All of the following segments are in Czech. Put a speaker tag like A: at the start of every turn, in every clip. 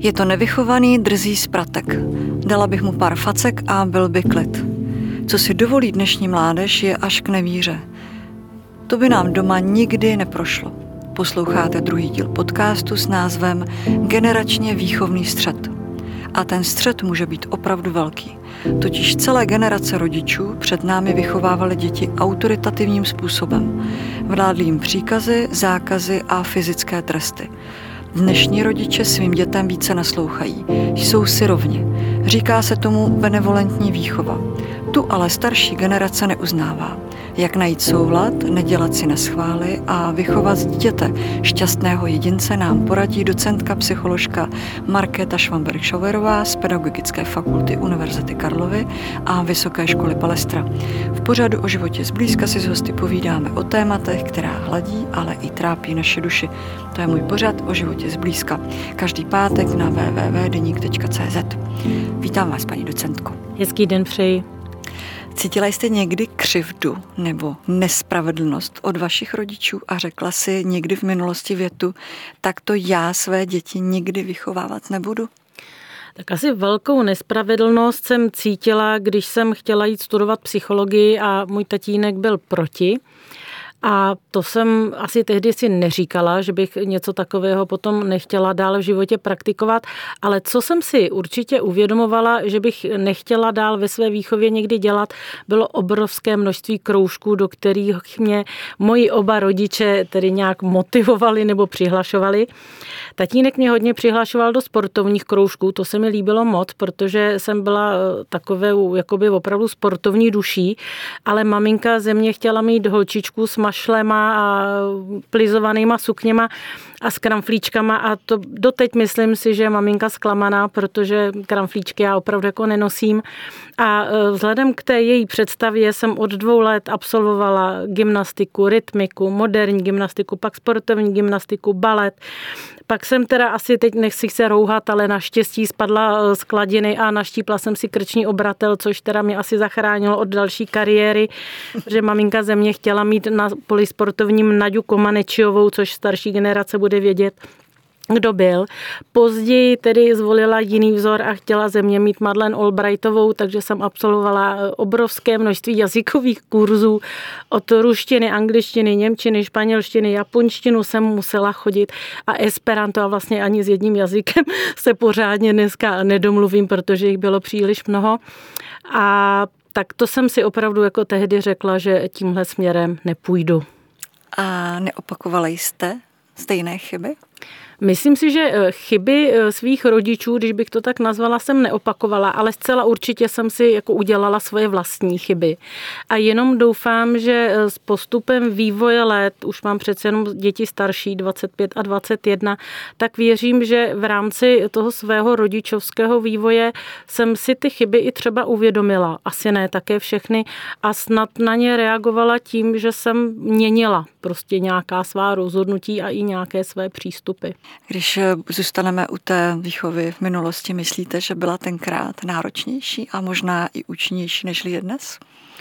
A: Je to nevychovaný, drzý spratek. Dala bych mu pár facek a byl by klid. Co si dovolí dnešní mládež, je až k nevíře. To by nám doma nikdy neprošlo. Posloucháte druhý díl podcastu s názvem Generačně výchovný střet. A ten střet může být opravdu velký. Totiž celé generace rodičů před námi vychovávaly děti autoritativním způsobem. Vládly jim příkazy, zákazy a fyzické tresty. Dnešní rodiče svým dětem více naslouchají. Jsou si rovni. Říká se tomu benevolentní výchova. Tu ale starší generace neuznává. Jak najít soulad, nedělat si neschvály a vychovat z dítěte šťastného jedince nám poradí docentka psycholožka Markéta Švamberg-Schauerová z Pedagogické fakulty Univerzity Karlovy a Vysoké školy Palestra. V pořadu O životě zblízka si s hosty povídáme o tématech, která hladí, ale i trápí naše duši. To je můj pořad O životě zblízka. Každý pátek na www.denik.cz. Vítám vás, paní docentko.
B: Hezký den přeji.
A: Cítila jste někdy křivdu nebo nespravedlnost od vašich rodičů a řekla si někdy v minulosti větu, tak to já své děti nikdy vychovávat nebudu?
B: Tak asi velkou nespravedlnost jsem cítila, když jsem chtěla jít studovat psychologii a můj tatínek byl proti. A to jsem asi tehdy si neříkala, že bych něco takového potom nechtěla dál v životě praktikovat, ale co jsem si určitě uvědomovala, že bych nechtěla dál ve své výchově někdy dělat, bylo obrovské množství kroužků, do kterých mě moji oba rodiče tedy nějak motivovali nebo přihlašovali. Tatínek mě hodně přihlašoval do sportovních kroužků, to se mi líbilo moc, protože jsem byla takové jakoby opravdu sportovní duší, ale maminka ze mě chtěla mít holčičku s mašlema a plizovanýma sukněma a s kramflíčkama a to doteď myslím si, že je maminka zklamaná, protože kramflíčky já opravdu jako nenosím. A vzhledem k té její představě jsem od 2 let absolvovala gymnastiku, rytmiku, moderní gymnastiku, pak sportovní gymnastiku, balet. Pak jsem teda asi, teď nechci se rouhat, ale naštěstí spadla z kladiny a naštípla jsem si krční obratel, což teda mě asi zachránilo od další kariéry, protože maminka ze mě chtěla mít na polisportovním Naďu Komanečiovou, což starší generace bude vědět, kdo byl. Později tedy zvolila jiný vzor a chtěla ze mě mít Madeleine Albrightovou, takže jsem absolvovala obrovské množství jazykových kurzů od ruštiny, angličtiny, němčiny, španělštiny, japonštinu jsem musela chodit a esperanto a vlastně ani s jedním jazykem se pořádně dneska nedomluvím, protože jich bylo příliš mnoho. A tak to jsem si opravdu jako tehdy řekla, že tímhle směrem nepůjdu.
A: A neopakovala jste stejné chyby?
B: Myslím si, že chyby svých rodičů, když bych to tak nazvala, jsem neopakovala, ale zcela určitě jsem si jako udělala svoje vlastní chyby. A jenom doufám, že s postupem vývoje let, už mám přece jenom děti starší, 25 a 21, tak věřím, že v rámci toho svého rodičovského vývoje jsem si ty chyby i třeba uvědomila. Asi ne také všechny a snad na ně reagovala tím, že jsem měnila prostě nějaká svá rozhodnutí a i nějaké své přístupy.
A: Když zůstaneme u té výchovy v minulosti, myslíte, že byla tenkrát náročnější a možná i účinnější, než je dnes?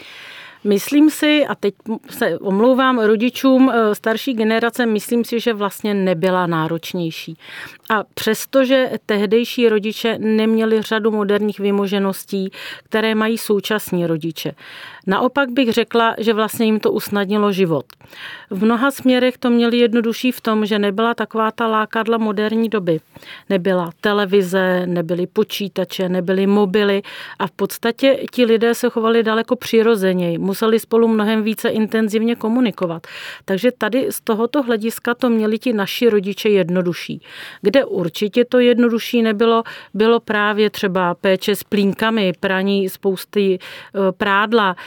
B: Myslím si, a teď se omlouvám rodičům starší generace, myslím si, že vlastně nebyla náročnější. A přestože tehdejší rodiče neměli řadu moderních vymožeností, které mají současní rodiče. Naopak bych řekla, že vlastně jim to usnadnilo život. V mnoha směrech to měli jednodušší v tom, že nebyla taková ta lákadla moderní doby. Nebyla televize, nebyly počítače, nebyly mobily a v podstatě ti lidé se chovali daleko přirozeněji. Museli spolu mnohem více intenzivně komunikovat. Takže tady z tohoto hlediska to měli ti naši rodiče jednodušší. Kde určitě to jednodušší nebylo, bylo právě třeba péče s plínkami, praní spousty prádla,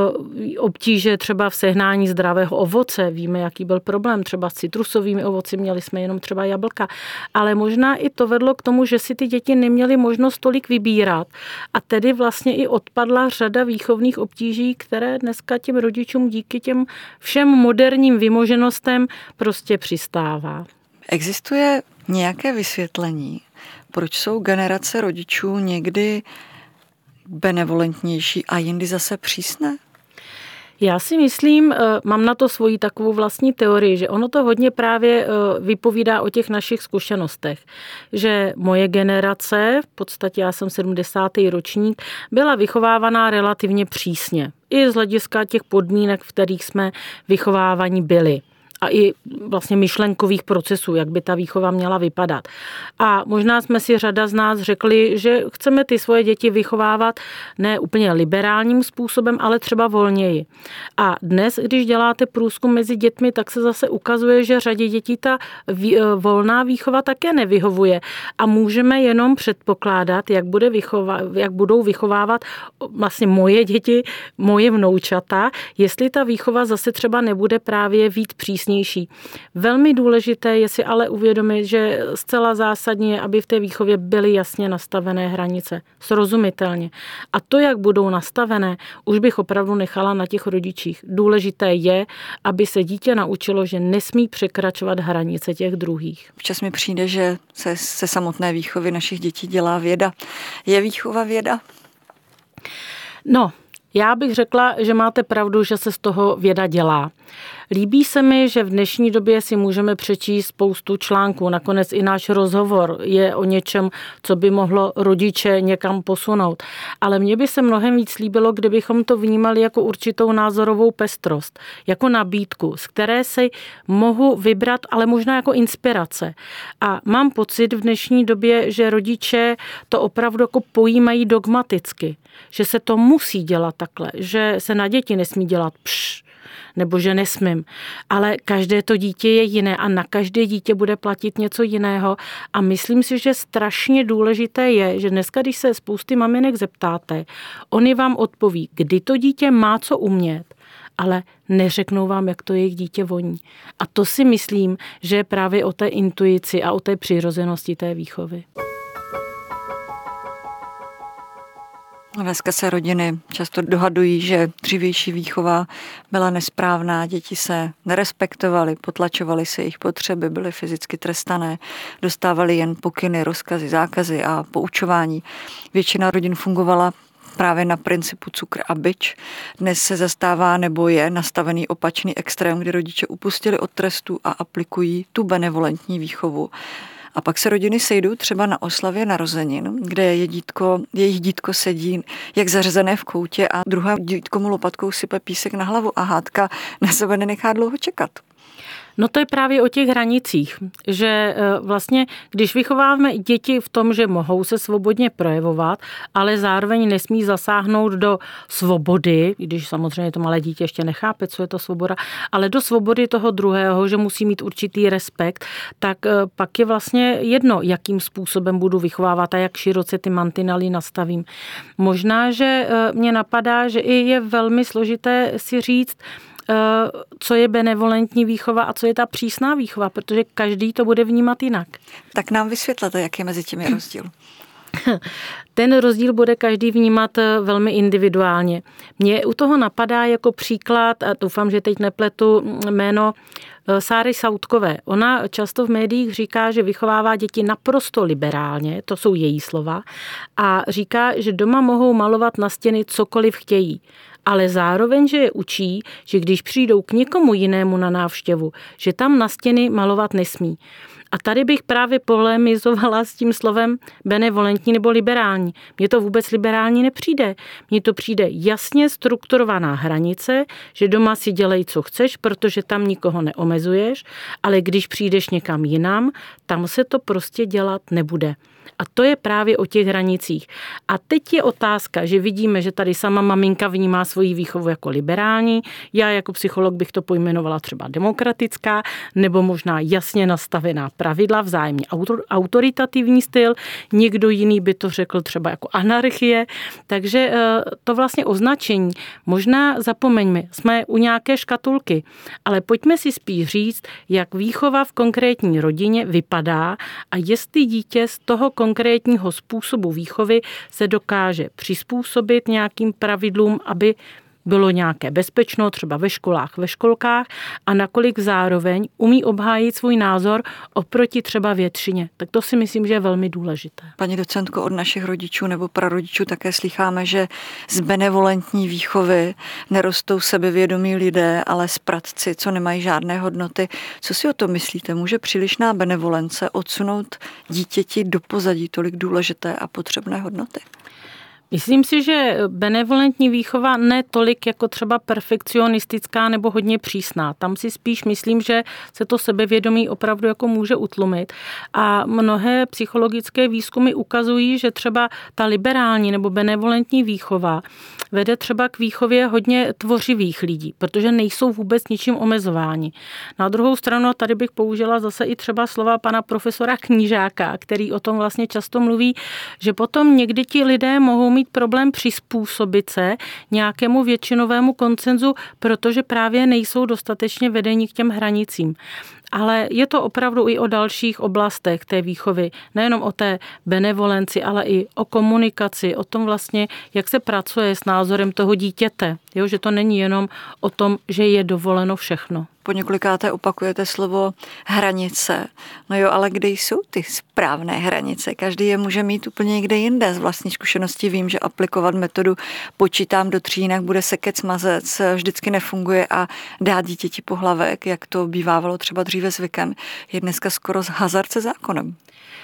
B: obtíže třeba v sehnání zdravého ovoce. Víme, jaký byl problém třeba s citrusovými ovoci, měli jsme jenom třeba jablka. Ale možná i to vedlo k tomu, že si ty děti neměly možnost tolik vybírat. A tedy vlastně i odpadla řada výchovných obtíží, které dneska těm rodičům díky těm všem moderním vymoženostem prostě přistává.
A: Existuje nějaké vysvětlení, proč jsou generace rodičů někdy benevolentnější a jindy zase přísné?
B: Já si myslím, mám na to svoji takovou vlastní teorii, že ono to hodně právě vypovídá o těch našich zkušenostech. Že moje generace, v podstatě já jsem 70. ročník, byla vychovávaná relativně přísně. I z hlediska těch podmínek, v kterých jsme vychovávaní byli. A i vlastně myšlenkových procesů, jak by ta výchova měla vypadat. A možná jsme si řada z nás řekli, že chceme ty svoje děti vychovávat ne úplně liberálním způsobem, ale třeba volněji. A dnes, když děláte průzkum mezi dětmi, tak se zase ukazuje, že řadě dětí ta volná výchova také nevyhovuje. A můžeme jenom předpokládat, jak budou vychovávat vlastně moje děti, moje vnoučata, jestli ta výchova zase třeba nebude právě víc přísnější. Velmi důležité je si ale uvědomit, že zcela zásadně je, aby v té výchově byly jasně nastavené hranice, srozumitelně. A to, jak budou nastavené, už bych opravdu nechala na těch rodičích. Důležité je, aby se dítě naučilo, že nesmí překračovat hranice těch druhých.
A: Včas mi přijde, že se samotné výchovy našich dětí dělá věda. Je výchova věda?
B: No, já bych řekla, že máte pravdu, že se z toho věda dělá. Líbí se mi, že v dnešní době si můžeme přečíst spoustu článků. Nakonec i náš rozhovor je o něčem, co by mohlo rodiče někam posunout. Ale mně by se mnohem víc líbilo, kdybychom to vnímali jako určitou názorovou pestrost, jako nabídku, z které si mohu vybrat, ale možná jako inspirace. A mám pocit v dnešní době, že rodiče to opravdu jako pojímají dogmaticky, že se to musí dělat takhle, že se na děti nesmí dělat nebo že nesmím. Ale každé to dítě je jiné a na každé dítě bude platit něco jiného. A myslím si, že strašně důležité je, že dneska, když se spousty maminek zeptáte, oni vám odpoví, kdy to dítě má co umět, ale neřeknou vám, jak to jejich dítě voní. A to si myslím, že je právě o té intuici a o té přirozenosti té výchovy.
A: Dneska se rodiny často dohadují, že dřívější výchova byla nesprávná, děti se nerespektovaly, potlačovaly se jejich potřeby, byly fyzicky trestané, dostávaly jen pokyny, rozkazy, zákazy a poučování. Většina rodin fungovala právě na principu cukr a bič. Dnes se zastává nebo je nastavený opačný extrém, kdy rodiče upustili od trestu a aplikují tu benevolentní výchovu. A pak se rodiny sejdou třeba na oslavě narozenin, kde jejich dítko sedí jak zařazené v koutě a druhé dítko mu lopatkou sype písek na hlavu a hádka na sebe nenechá dlouho čekat.
B: No to je právě o těch hranicích, že vlastně, když vychováváme děti v tom, že mohou se svobodně projevovat, ale zároveň nesmí zasáhnout do svobody, když samozřejmě to malé dítě ještě nechápe, co je to svoboda, ale do svobody toho druhého, že musí mít určitý respekt, tak pak je vlastně jedno, jakým způsobem budu vychovávat a jak široce ty mantinely nastavím. Možná, že mě napadá, že i je velmi složité si říct, co je benevolentní výchova a co je ta přísná výchova, protože každý to bude vnímat jinak.
A: Tak nám vysvětlete, jaký je mezi těmi rozdíl.
B: Ten rozdíl bude každý vnímat velmi individuálně. Mně u toho napadá jako příklad, a doufám, že teď nepletu jméno Sáry Sautkové. Ona často v médiích říká, že vychovává děti naprosto liberálně, to jsou její slova, a říká, že doma mohou malovat na stěny cokoliv chtějí. Ale zároveň, že je učí, že když přijdou k někomu jinému na návštěvu, že tam na stěny malovat nesmí. A tady bych právě polemizovala s tím slovem benevolentní nebo liberální. Mně to vůbec liberální nepřijde. Mně to přijde jasně strukturovaná hranice, že doma si dělej, co chceš, protože tam nikoho neomezuješ, ale když přijdeš někam jinam, tam se to prostě dělat nebude. A to je právě o těch hranicích. A teď je otázka, že vidíme, že tady sama maminka vnímá svoji výchovu jako liberální. Já jako psycholog bych to pojmenovala třeba demokratická, nebo možná jasně nastavená pravidla, vzájemně autoritativní styl. Někdo jiný by to řekl třeba jako anarchie. Takže to vlastně označení možná zapomeňme. Jsme u nějaké škatulky, ale pojďme si spíš říct, jak výchova v konkrétní rodině vypadá a jestli dítě z toho konkrétního způsobu výchovy se dokáže přizpůsobit nějakým pravidlům, aby bylo nějaké bezpečno, třeba ve školách, ve školkách a nakolik zároveň umí obhájit svůj názor oproti třeba většině. Tak to si myslím, že je velmi důležité.
A: Paní docentko, od našich rodičů nebo prarodičů také slýcháme, že z benevolentní výchovy nerostou sebevědomí lidé, ale spratci, co nemají žádné hodnoty. Co si o to myslíte? Může přílišná benevolence odsunout dítěti do pozadí tolik důležité a potřebné hodnoty?
B: Myslím si, že benevolentní výchova ne tolik jako třeba perfekcionistická nebo hodně přísná. Tam si spíš myslím, že se to sebevědomí opravdu jako může utlumit. A mnohé psychologické výzkumy ukazují, že třeba ta liberální nebo benevolentní výchova vede třeba k výchově hodně tvořivých lidí, protože nejsou vůbec ničím omezováni. Na druhou stranu, tady bych použila zase i třeba slova pana profesora Knížáka, který o tom vlastně často mluví, že potom někdy ti lidé mohou mít problém přizpůsobit se nějakému většinovému konsenzu, protože právě nejsou dostatečně vedeni k těm hranicím. Ale je to opravdu i o dalších oblastech té výchovy. Nejenom o té benevolenci, ale i o komunikaci, o tom vlastně, jak se pracuje s názorem toho dítěte. Jo, že to není jenom o tom, že je dovoleno všechno.
A: Po několikáté opakujete slovo hranice. No jo, ale kde jsou ty správné hranice? Každý je může mít úplně někde jinde. Z vlastní zkušenosti vím, že aplikovat metodu počítám do 3, jinak bude sekec mazec, vždycky nefunguje a dát dítěti pohlavek, jak to bývávalo třeba dříve zvykem, je dneska skoro hazard se zákonem.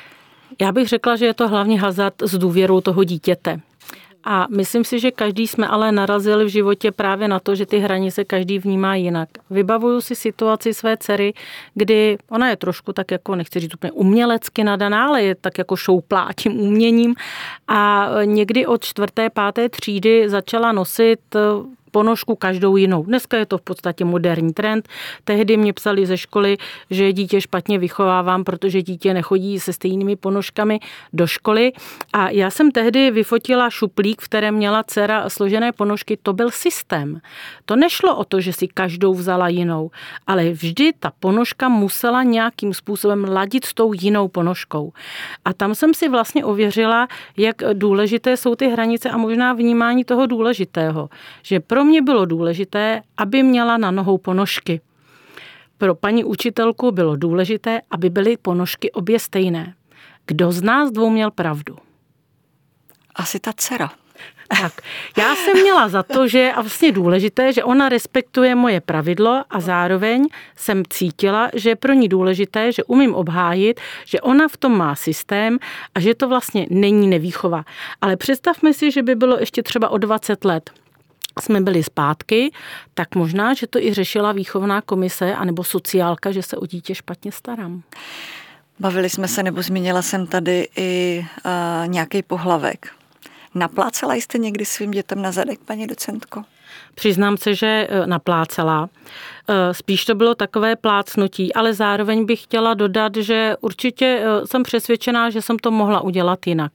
B: Já bych řekla, že je to hlavně hazard s důvěrou toho dítěte. A myslím si, že každý jsme ale narazili v životě právě na to, že ty hranice každý vnímá jinak. Vybavuju si situaci své dcery, kdy ona je trošku tak jako, nechci říct úplně umělecky nadaná, ale je tak jako šouplá tím uměním a někdy od 4., 5. třídy začala nosit ponožku každou jinou. Dneska je to v podstatě moderní trend. Tehdy mě psali ze školy, že dítě špatně vychovávám, protože dítě nechodí se stejnými ponožkami do školy. A já jsem tehdy vyfotila šuplík, v kterém měla dcera složené ponožky. To byl systém. To nešlo o to, že si každou vzala jinou, ale vždy ta ponožka musela nějakým způsobem ladit s tou jinou ponožkou. A tam jsem si vlastně ověřila, jak důležité jsou ty hranice a možná vnímání toho důležitého. Že pro mě bylo důležité, aby měla na nohou ponožky. Pro paní učitelku bylo důležité, aby byly ponožky obě stejné. Kdo z nás dvou měl pravdu?
A: Asi ta dcera.
B: Tak, já jsem měla za to, že je vlastně důležité, že ona respektuje moje pravidlo a zároveň jsem cítila, že je pro ní důležité, že umím obhájit, že ona v tom má systém a že to vlastně není nevýchova. Ale představme si, že by bylo ještě třeba o 20 let. Jsme byli zpátky, tak možná, že to i řešila výchovná komise anebo sociálka, že se o dítě špatně starám.
A: Bavili jsme se, nebo zmínila jsem tady i nějaký pohlavek. Naplácela jste někdy svým dětem na zadek, paní docentko?
B: Přiznám se, že naplácela. Spíš to bylo takové plácnutí, ale zároveň bych chtěla dodat, že určitě jsem přesvědčená, že jsem to mohla udělat jinak.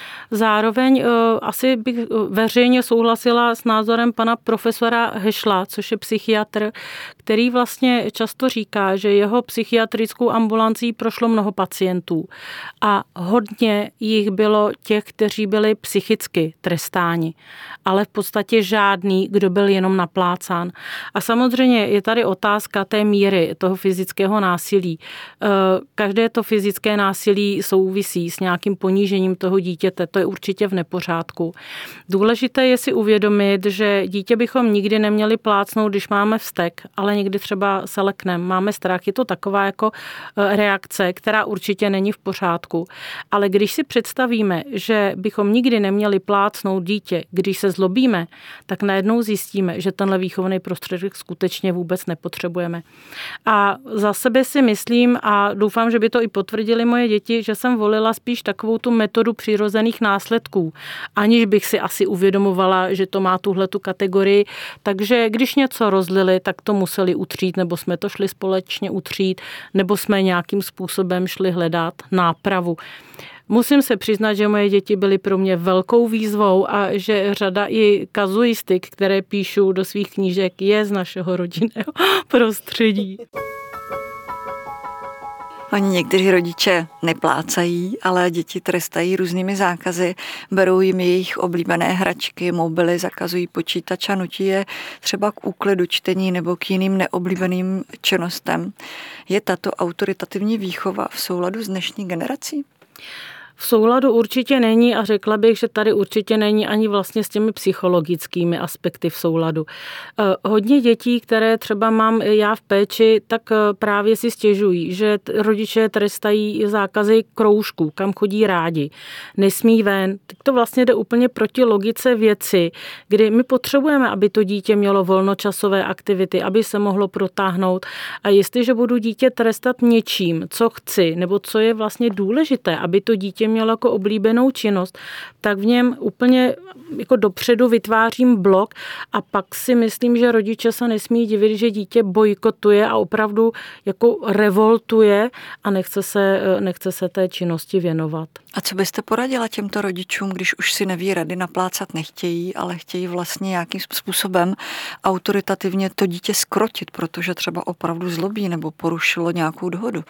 B: Zároveň asi bych veřejně souhlasila s názorem pana profesora Hešla, což je psychiatr, který vlastně často říká, že jeho psychiatrickou ambulancí prošlo mnoho pacientů a hodně jich bylo těch, kteří byli psychicky trestáni, ale v podstatě žádný, kdo byl jenom naplácán. A samozřejmě je tady otázka té míry toho fyzického násilí. Každé to fyzické násilí souvisí s nějakým ponížením toho dítěte. To je určitě v nepořádku. Důležité je si uvědomit, že dítě bychom nikdy neměli plácnout, když máme vztek, ale někdy třeba se lekneme, máme strach. Je to taková jako reakce, která určitě není v pořádku. Ale když si představíme, že bychom nikdy neměli plácnout dítě, když se zlobíme, tak najednou zjistíme, že tenhle výchovný prostředek skutečně vůbec nepotřebujeme. A za sebe si myslím a doufám, že by to i potvrdili moje děti, že jsem volila spíš takovou tu metodu přirozených následků, aniž bych si asi uvědomovala, že to má tuhletu kategorii. Takže když něco rozlili, tak to museli utřít, nebo jsme to šli společně utřít, nebo jsme nějakým způsobem šli hledat nápravu. Musím se přiznat, že moje děti byly pro mě velkou výzvou a že řada i kazuistik, které píšu do svých knížek, je z našeho rodinného prostředí.
A: Oni někteří rodiče neplácají, ale děti trestají různými zákazy, berou jim jejich oblíbené hračky, mobily, zakazují počítač a nutí je třeba k úklidu, čtení nebo k jiným neoblíbeným činnostem. Je tato autoritativní výchova v souladu s dnešní generací?
B: V souladu určitě není a řekla bych, že tady určitě není ani vlastně s těmi psychologickými aspekty v souladu. Hodně dětí, které třeba mám já v péči, tak právě si stěžují, že rodiče trestají zákazy kroužků, kam chodí rádi, nesmí ven. Tak to vlastně jde úplně proti logice věci, kdy my potřebujeme, aby to dítě mělo volnočasové aktivity, aby se mohlo protáhnout. A jestliže budu dítě trestat něčím, co chci, nebo co je vlastně důležité, aby to dítě mělo jako oblíbenou činnost, tak v něm úplně jako dopředu vytvářím blok a pak si myslím, že rodiče se nesmí divit, že dítě bojkotuje a opravdu jako revoltuje a nechce se té činnosti věnovat.
A: A co byste poradila těmto rodičům, když už si neví rady, naplácat nechtějí, ale chtějí vlastně nějakým způsobem autoritativně to dítě skrotit, protože třeba opravdu zlobí nebo porušilo nějakou dohodu?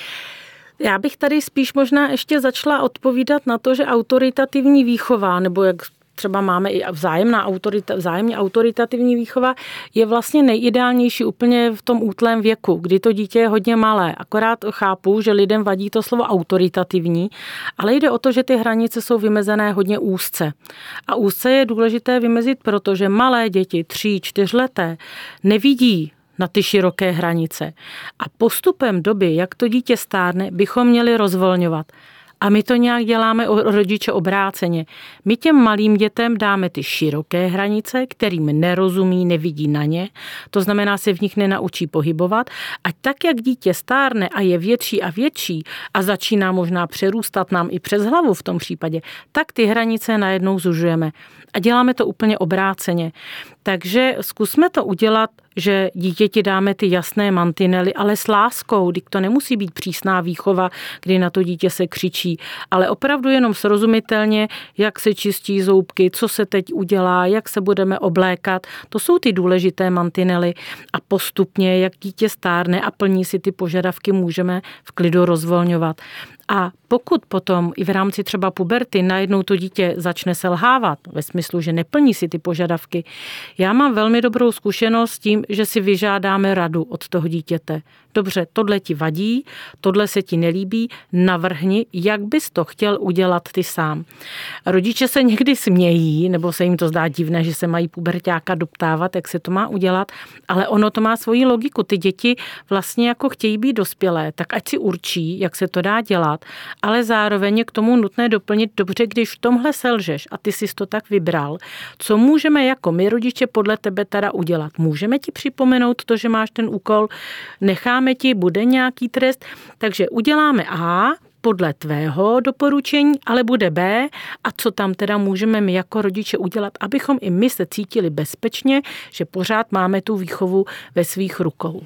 B: Já bych tady spíš možná ještě začala odpovídat na to, že autoritativní výchova, nebo jak třeba máme i vzájemně autoritativní výchova, je vlastně nejideálnější úplně v tom útlém věku, kdy to dítě je hodně malé. Akorát chápu, že lidem vadí to slovo autoritativní, ale jde o to, že ty hranice jsou vymezené hodně úzce. A úzce je důležité vymezit, protože malé děti, 3-4 leté, nevidí na ty široké hranice. A postupem doby, jak to dítě stárne, bychom měli rozvolňovat. A my to nějak děláme rodiče obráceně. My těm malým dětem dáme ty široké hranice, kterým nerozumí, nevidí na ně. To znamená, se v nich nenaučí pohybovat. A tak, jak dítě stárne a je větší a větší a začíná možná přerůstat nám i přes hlavu v tom případě, tak ty hranice najednou zužujeme. A děláme to úplně obráceně. Takže zkusme to udělat, že dítěti dáme ty jasné mantinely, ale s láskou, kdy to nemusí být přísná výchova, kdy na to dítě se křičí, ale opravdu jenom srozumitelně, jak se čistí zoubky, co se teď udělá, jak se budeme oblékat. To jsou ty důležité mantinely a postupně, jak dítě stárne a plní si ty požadavky, můžeme v klidu rozvolňovat. A pokud potom i v rámci třeba puberty najednou to dítě začne selhávat, ve smyslu, že neplní si ty požadavky, já mám velmi dobrou zkušenost s tím, že si vyžádáme radu od toho dítěte. Dobře, tohle ti vadí, tohle se ti nelíbí, navrhni, jak bys to chtěl udělat ty sám. Rodiče se někdy smějí, nebo se jim to zdá divné, že se mají puberťáka doptávat, jak se to má udělat, ale ono to má svoji logiku. Ty děti vlastně jako chtějí být dospělé, tak ať si určí, jak se to dá dělat, ale zároveň je k tomu nutné doplnit, dobře, když v tomhle selžeš a ty jsi to tak vybral, co můžeme jako my rodiče podle tebe teda udělat? Můžeme ti připomenout to, že máš ten úkol, necháme ti, bude nějaký trest, takže uděláme A podle tvého doporučení, ale bude B a co tam teda můžeme my jako rodiče udělat, abychom i my se cítili bezpečně, že pořád máme tu výchovu ve svých rukou.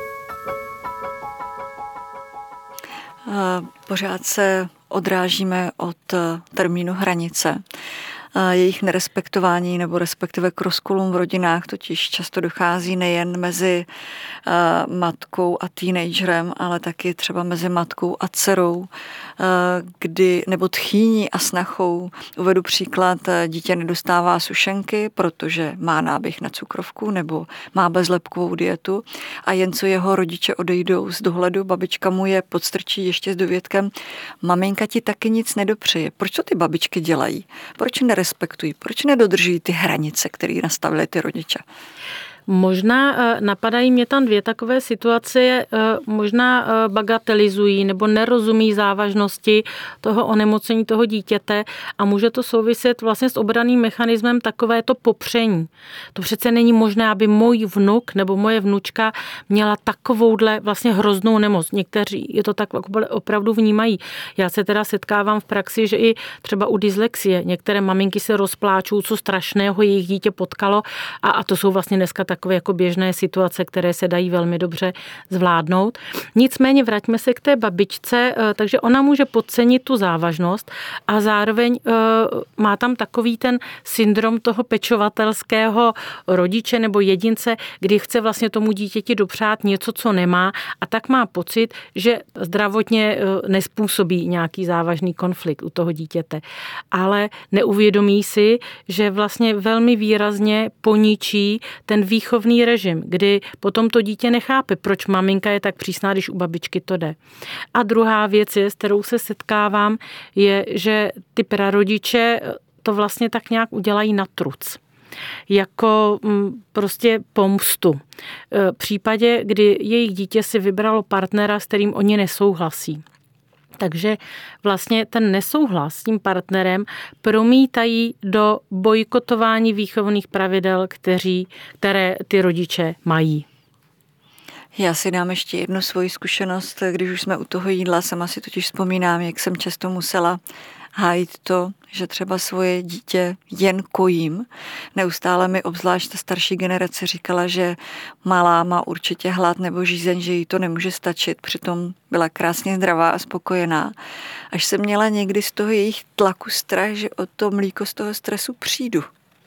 A: Pořád se odrážíme od termínu hranice. Jejich nerespektování nebo respektive k rozkolům v rodinách totiž často dochází nejen mezi matkou a teenagerem, ale taky třeba mezi matkou a dcerou, nebo tchýní a snachou. Uvedu příklad, dítě nedostává sušenky, protože má náběh na cukrovku nebo má bezlepkovou dietu a jen co jeho rodiče odejdou z dohledu, babička mu je podstrčí ještě s dovětkem, maminka ti taky nic nedopřeje. Proč to ty babičky dělají? Proč nerespektují? Proč nedodržují ty hranice, které nastavili ty rodiče?
B: Možná napadají mě tam dvě takové situace, možná bagatelizují nebo nerozumí závažnosti toho onemocnění toho dítěte a může to souviset vlastně s obranným mechanismem takové to popření. To přece není možné, aby můj vnuk nebo moje vnučka měla takovouhle vlastně hroznou nemoc. Někteří je to tak opravdu vnímají. Já se teda setkávám v praxi, že i třeba u dyslexie některé maminky se rozpláčou, co strašného jejich dítě potkalo a to jsou vlastně dneska takové jako běžné situace, které se dají velmi dobře zvládnout. Nicméně vraťme se k té babičce, takže ona může podcenit tu závažnost a zároveň má tam takový ten syndrom toho pečovatelského rodiče nebo jedince, kdy chce vlastně tomu dítěti dopřát něco, co nemá, a tak má pocit, že zdravotně nespůsobí nějaký závažný konflikt u toho dítěte. Ale neuvědomí si, že vlastně velmi výrazně poničí ten výchovný režim, kdy potom to dítě nechápe, proč maminka je tak přísná, když u babičky to jde. A druhá věc je, s kterou se setkávám, je, že ty prarodiče to vlastně tak nějak udělají na truc. Jako prostě pomstu. V případě, kdy jejich dítě si vybralo partnera, s kterým oni nesouhlasí. Takže vlastně ten nesouhlas s tím partnerem promítají do bojkotování výchovných pravidel, které ty rodiče mají.
A: Já si dám ještě jednu svoji zkušenost, když už jsme u toho jídla, sama si totiž vzpomínám, jak jsem často musela hájit to, že třeba svoje dítě jen kojím. Neustále mi obzvlášť ta starší generace říkala, že malá má určitě hlad nebo žízeň, že jí to nemůže stačit. Přitom byla krásně zdravá a spokojená. Až jsem měla někdy z toho jejich tlaku strach, že o to mlíko z toho stresu přijdu.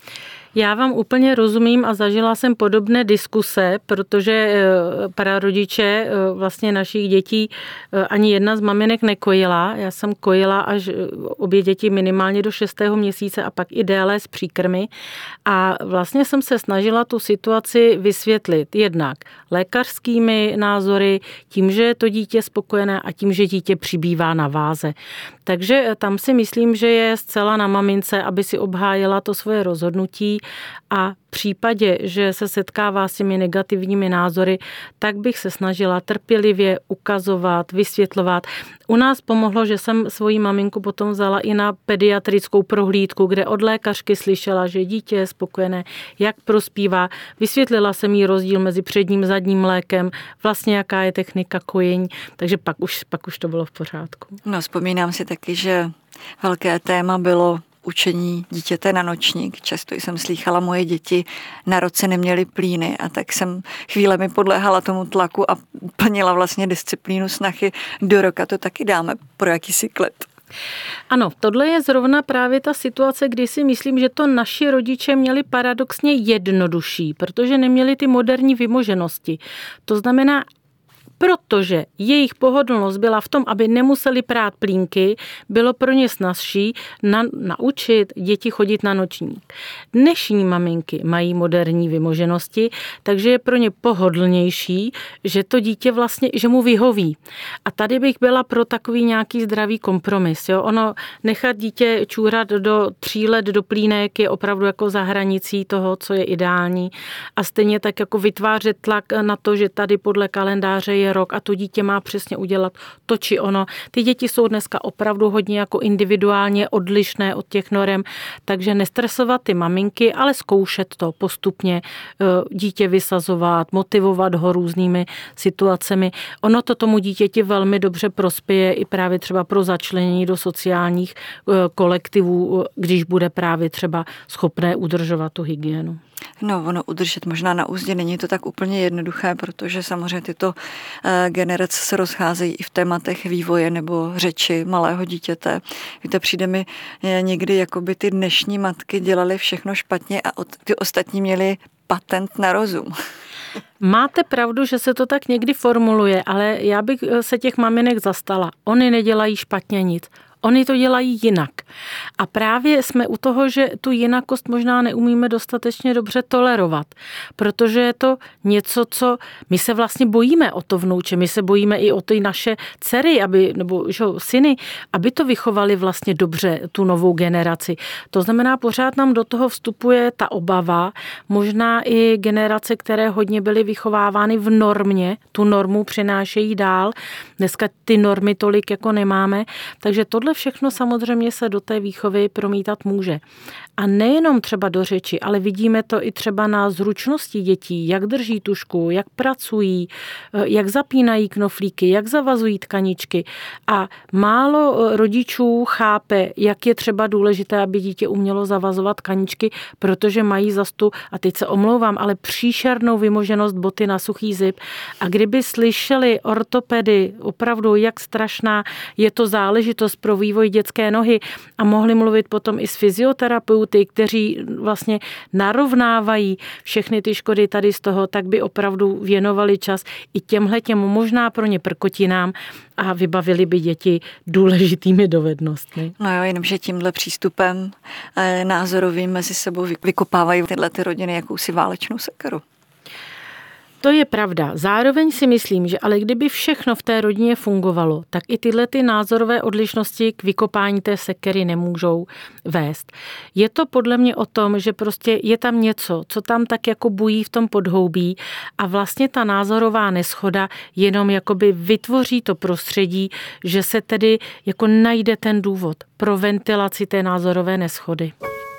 B: Já vám úplně rozumím a zažila jsem podobné diskuse, protože prarodiče vlastně našich dětí ani jedna z maminek nekojila. Já jsem kojila až obě děti minimálně do 6. měsíce a pak i déle s příkrmy. A vlastně jsem se snažila tu situaci vysvětlit jednak lékařskými názory, tím, že je to dítě spokojené a tím, že dítě přibývá na váze. Takže tam si myslím, že je zcela na mamince, aby si obhájila to svoje rozhodnutí a v případě, že se setkává s těmi negativními názory, tak bych se snažila trpělivě ukazovat, vysvětlovat. U nás pomohlo, že jsem svoji maminku potom vzala i na pediatrickou prohlídku, kde od lékařky slyšela, že dítě je spokojené, jak prospívá. Vysvětlila jsem jí rozdíl mezi předním a zadním mlékem, vlastně jaká je technika kojení, takže pak už to bylo v pořádku.
A: No, vzpomínám si taky, že velké téma bylo učení dítěte na nočník. Často jsem slýchala, moje děti na roce neměly plíny a tak jsem chvílemi podléhala tomu tlaku a plnila vlastně disciplínu snachy. Do roka to taky dáme pro jakýsi klid.
B: Ano, tohle je zrovna právě ta situace, kdy si myslím, že to naši rodiče měli paradoxně jednodušší, protože neměli ty moderní vymoženosti. To znamená, protože jejich pohodlnost byla v tom, aby nemuseli prát plínky, bylo pro ně snazší naučit děti chodit na nočník. Dnešní maminky mají moderní vymoženosti, takže je pro ně pohodlnější, že to dítě vlastně, že mu vyhoví. A tady bych byla pro takový nějaký zdravý kompromis. Jo? Ono nechat dítě čůrat do 3 let do plínek je opravdu jako za hranicí toho, co je ideální. A stejně tak jako vytvářet tlak na to, že tady podle kalendáře je rok a to dítě má přesně udělat to či ono. Ty děti jsou dneska opravdu hodně jako individuálně odlišné od těch norem, takže nestresovat ty maminky, ale zkoušet to postupně, dítě vysazovat, motivovat ho různými situacemi. Ono to tomu dítěti velmi dobře prospěje i právě třeba pro začlenění do sociálních kolektivů, když bude právě třeba schopné udržovat tu hygienu.
A: No, ono udržet možná na úzdě není to tak úplně jednoduché, protože samozřejmě tyto generace se rozcházejí i v tématech vývoje nebo řeči malého dítěte. Víte, přijde mi někdy, jako by ty dnešní matky dělaly všechno špatně a ty ostatní měli patent na rozum.
B: Máte pravdu, že se to tak někdy formuluje, ale já bych se těch maminek zastala. Oni nedělají špatně nic. Oni to dělají jinak. A právě jsme u toho, že tu jinakost možná neumíme dostatečně dobře tolerovat, protože je to něco, co my se vlastně bojíme o to vnouče, my se bojíme i o ty naše dcery, nebo syny, aby to vychovali vlastně dobře tu novou generaci. To znamená, pořád nám do toho vstupuje ta obava, možná i generace, které hodně byly vychovávány v normě, tu normu přinášejí dál. Dneska ty normy tolik jako nemáme, takže tohle tohle všechno samozřejmě se do té výchovy promítat může. A nejenom třeba do řeči, ale vidíme to i třeba na zručnosti dětí, jak drží tužku, jak pracují, jak zapínají knoflíky, jak zavazují tkaničky. A málo rodičů chápe, jak je třeba důležité, aby dítě umělo zavazovat tkaničky, protože mají zastu, a teď se omlouvám, ale příšernou vymoženost boty na suchý zip. A kdyby slyšeli ortopedy opravdu, jak strašná je to záležitost pro vývoj dětské nohy a mohli mluvit potom i s fyzioterapeuty, kteří vlastně narovnávají všechny ty škody tady z toho, tak by opravdu věnovali čas i těmhletěm možná pro ně prkotinám a vybavili by děti důležitými dovednostmi.
A: No jo, jenomže tímhle přístupem názorovým mezi sebou vykopávají tyhle ty rodiny jakousi válečnou sekeru.
B: To je pravda. Zároveň si myslím, že ale kdyby všechno v té rodině fungovalo, tak i tyhle ty názorové odlišnosti k vykopání té sekery nemůžou vést. Je to podle mě o tom, že prostě je tam něco, co tam tak jako bují v tom podhoubí a vlastně ta názorová neshoda jenom jakoby vytvoří to prostředí, že se tedy jako najde ten důvod pro ventilaci té názorové neshody.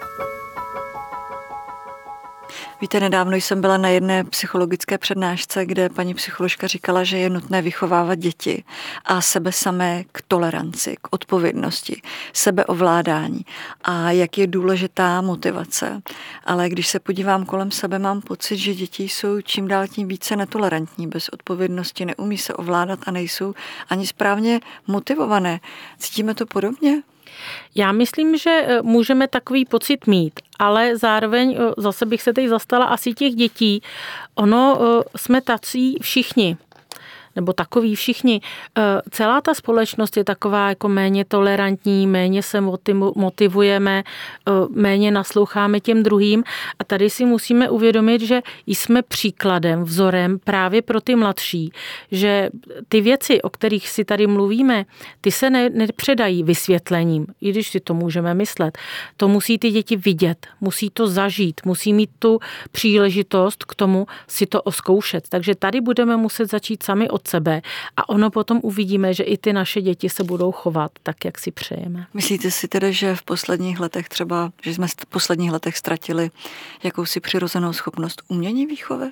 A: Víte, nedávno jsem byla na jedné psychologické přednášce, kde paní psycholožka říkala, že je nutné vychovávat děti a sebe samé k toleranci, k odpovědnosti, sebeovládání a jak je důležitá motivace. Ale když se podívám kolem sebe, mám pocit, že děti jsou čím dál tím více netolerantní, bez odpovědnosti, neumí se ovládat a nejsou ani správně motivované. Cítíme to podobně?
B: Já myslím, že můžeme takový pocit mít, ale zároveň zase bych se teď zastala asi těch dětí. Ono jsme tací všichni. Nebo takový všichni. Celá ta společnost je taková jako méně tolerantní, méně se motivujeme, méně nasloucháme těm druhým a tady si musíme uvědomit, že jsme příkladem, vzorem právě pro ty mladší, že ty věci, o kterých si tady mluvíme, ty se nepředají vysvětlením, i když si to můžeme myslet. To musí ty děti vidět, musí to zažít, musí mít tu příležitost k tomu si to oskoušet. Takže tady budeme muset začít sami od sebe a ono potom uvidíme, že i ty naše děti se budou chovat tak, jak si přejeme.
A: Myslíte si tedy, že v posledních letech třeba, že jsme v posledních letech ztratili jakousi přirozenou schopnost umění výchovy?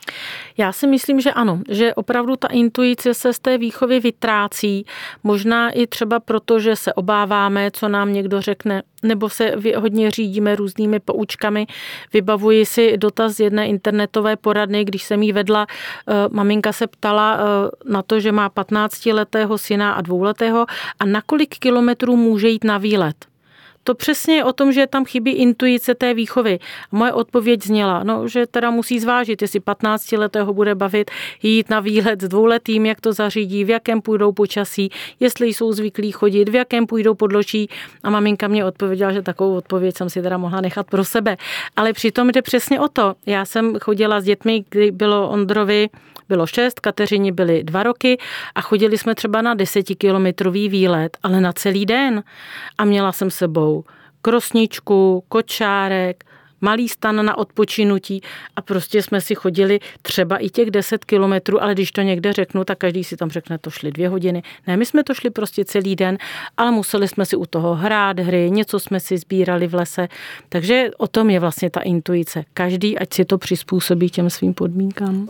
B: Já si myslím, že ano, že opravdu ta intuice se z té výchovy vytrácí, možná i třeba proto, že se obáváme, co nám někdo řekne, nebo se hodně řídíme různými poučkami. Vybavuji si dotaz z jedné internetové poradny, když jsem jí vedla, maminka se ptala na to, že má 15letého syna a 2letého a na kolik kilometrů může jít na výlet. To přesně je o tom, že tam chybí intuice té výchovy. A moje odpověď zněla, že teda musí zvážit, jestli 15letého bude bavit jít na výlet s 2letým, jak to zařídí, v jakém půjdou počasí, jestli jsou zvyklí chodit, v jakém půjdou podloží. A maminka mě odpověděla, že takovou odpověď jsem si teda mohla nechat pro sebe. Ale přitom jde přesně o to. Já jsem chodila s dětmi, kdy bylo Ondrovi bylo 6, Kateřině byly 2 roky a chodili jsme třeba na 10kilometrový výlet, ale na celý den. A měla jsem sebou krosničku, kočárek, malý stan na odpočinutí a prostě jsme si chodili třeba i těch 10 kilometrů, ale když to někde řeknu, tak každý si tam řekne, to šli 2 hodiny. Ne, my jsme to šli prostě celý den, ale museli jsme si u toho hrát hry, něco jsme si sbírali v lese. Takže o tom je vlastně ta intuice. Každý, ať si to přizpůsobí těm svým podmínkám.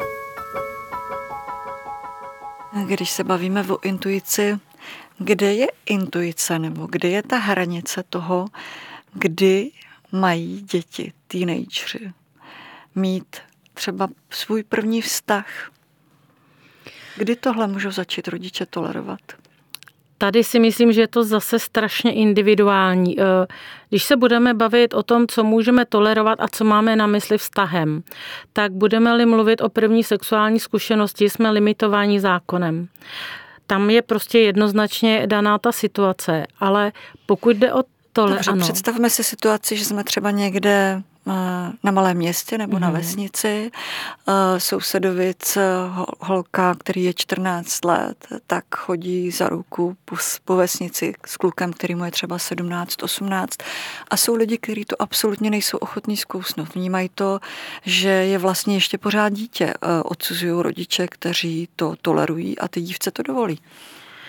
A: Když se bavíme o intuici, kde je intuice nebo kde je ta hranice toho, kdy mají děti, teenageři, mít třeba svůj první vztah? Kdy tohle můžou začít rodiče tolerovat?
B: Tady si myslím, že je to zase strašně individuální. Když se budeme bavit o tom, co můžeme tolerovat a co máme na mysli vztahem, tak budeme-li mluvit o první sexuální zkušenosti, jsme limitováni zákonem. Tam je prostě jednoznačně daná ta situace, ale pokud jde o
A: Dobře, představme si situaci, že jsme třeba někde na malém městě nebo na vesnici. Sousedovic, holka, který je 14 let, tak chodí za ruku po vesnici s klukem, který mu je třeba 17, 18. A jsou lidi, kteří to absolutně nejsou ochotní zkousnout. Vnímají to, že je vlastně ještě pořád dítě. Odsuzují rodiče, kteří to tolerují a ty dívce to dovolí.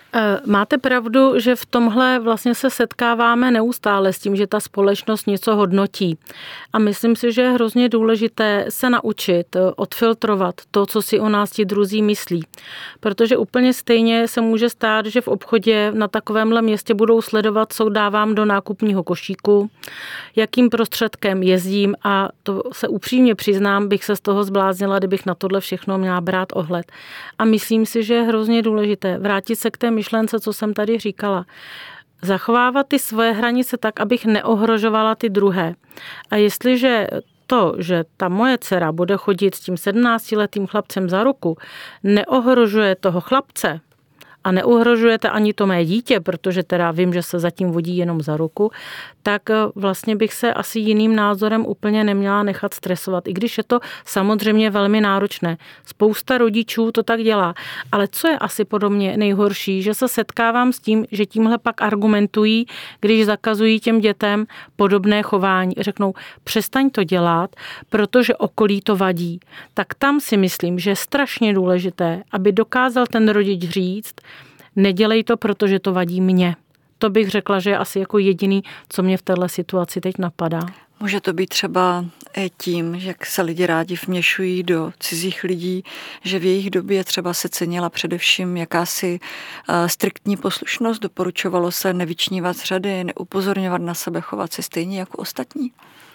B: Máte pravdu, že v tomhle vlastně se setkáváme neustále s tím, že ta společnost něco hodnotí. A myslím si, že je hrozně důležité se naučit odfiltrovat to, co si o nás ti druzí myslí. Protože úplně stejně se může stát, že v obchodě na takovémhle městě budou sledovat, co dávám do nákupního košíku, jakým prostředkem jezdím, a to se upřímně přiznám, bych se z toho zbláznila, kdybych na tohle všechno měla brát ohled. A myslím si, že je hrozně důležité vrátit se k té myšlence, co jsem tady říkala. Zachovávat ty svoje hranice tak, abych neohrožovala ty druhé. A jestliže to, že ta moje dcera bude chodit s tím 17letým chlapcem za ruku, neohrožuje toho chlapce, a neuhrožujete ani to mé dítě, protože teda vím, že se zatím vodí jenom za ruku, tak vlastně bych se asi jiným názorem úplně neměla nechat stresovat. I když je to samozřejmě velmi náročné. Spousta rodičů to tak dělá. Ale co je asi podle mě nejhorší, že se setkávám s tím, že tímhle pak argumentují, když zakazují těm dětem podobné chování. Řeknou, přestaň to dělat, protože okolí to vadí. Tak tam si myslím, že je strašně důležité, aby dokázal ten rodič říct, nedělej to, protože to vadí mně. To bych řekla, že je asi jako jediný, co mě v této situaci teď napadá.
A: Může to být třeba tím, že se lidi rádi vměšují do cizích lidí, že v jejich době třeba se cenila především jakási striktní poslušnost, doporučovalo se nevyčnívat z řady, neupozorňovat na sebe, chovat se stejně jako ostatní?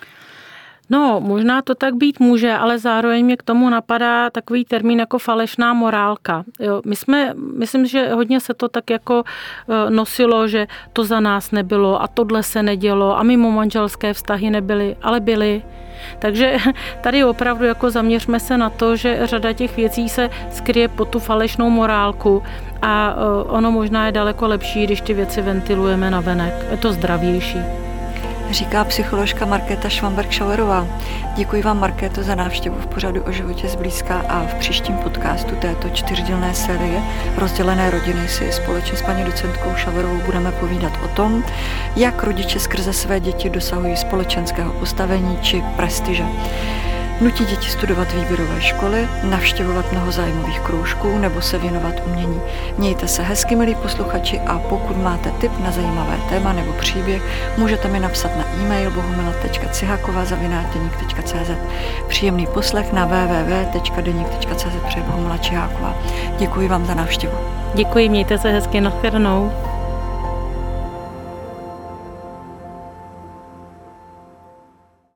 B: No, možná to tak být může, ale zároveň mě k tomu napadá takový termín jako falešná morálka. Jo, myslím, že hodně se to tak jako nosilo, že to za nás nebylo a tohle se nedělo a mimo manželské vztahy nebyly, ale byly. Takže tady opravdu jako zaměřme se na to, že řada těch věcí se skryje pod tu falešnou morálku a ono možná je daleko lepší, když ty věci ventilujeme navenek. Je to zdravější.
A: Říká psycholožka Markéta Švamberg-Schauerová. Děkuji vám, Markéto, za návštěvu v pořadu O životě zblízka a v příštím podcastu této 4dílné série Rozdělené rodiny si společně s paní docentkou Schauerovou budeme povídat o tom, jak rodiče skrze své děti dosahují společenského postavení či prestiže. Nutí děti studovat výběrové školy, navštěvovat mnoho zájmových kroužků nebo se věnovat umění. Mějte se hezky, milí posluchači, a pokud máte tip na zajímavé téma nebo příběh, můžete mi napsat na e-mail bohumila.cihakova@denik.cz. Příjemný poslech na www.denik.cz. Bohumila Čiháková. Děkuji vám za návštěvu.
B: Děkuji, mějte se hezky, nashledanou.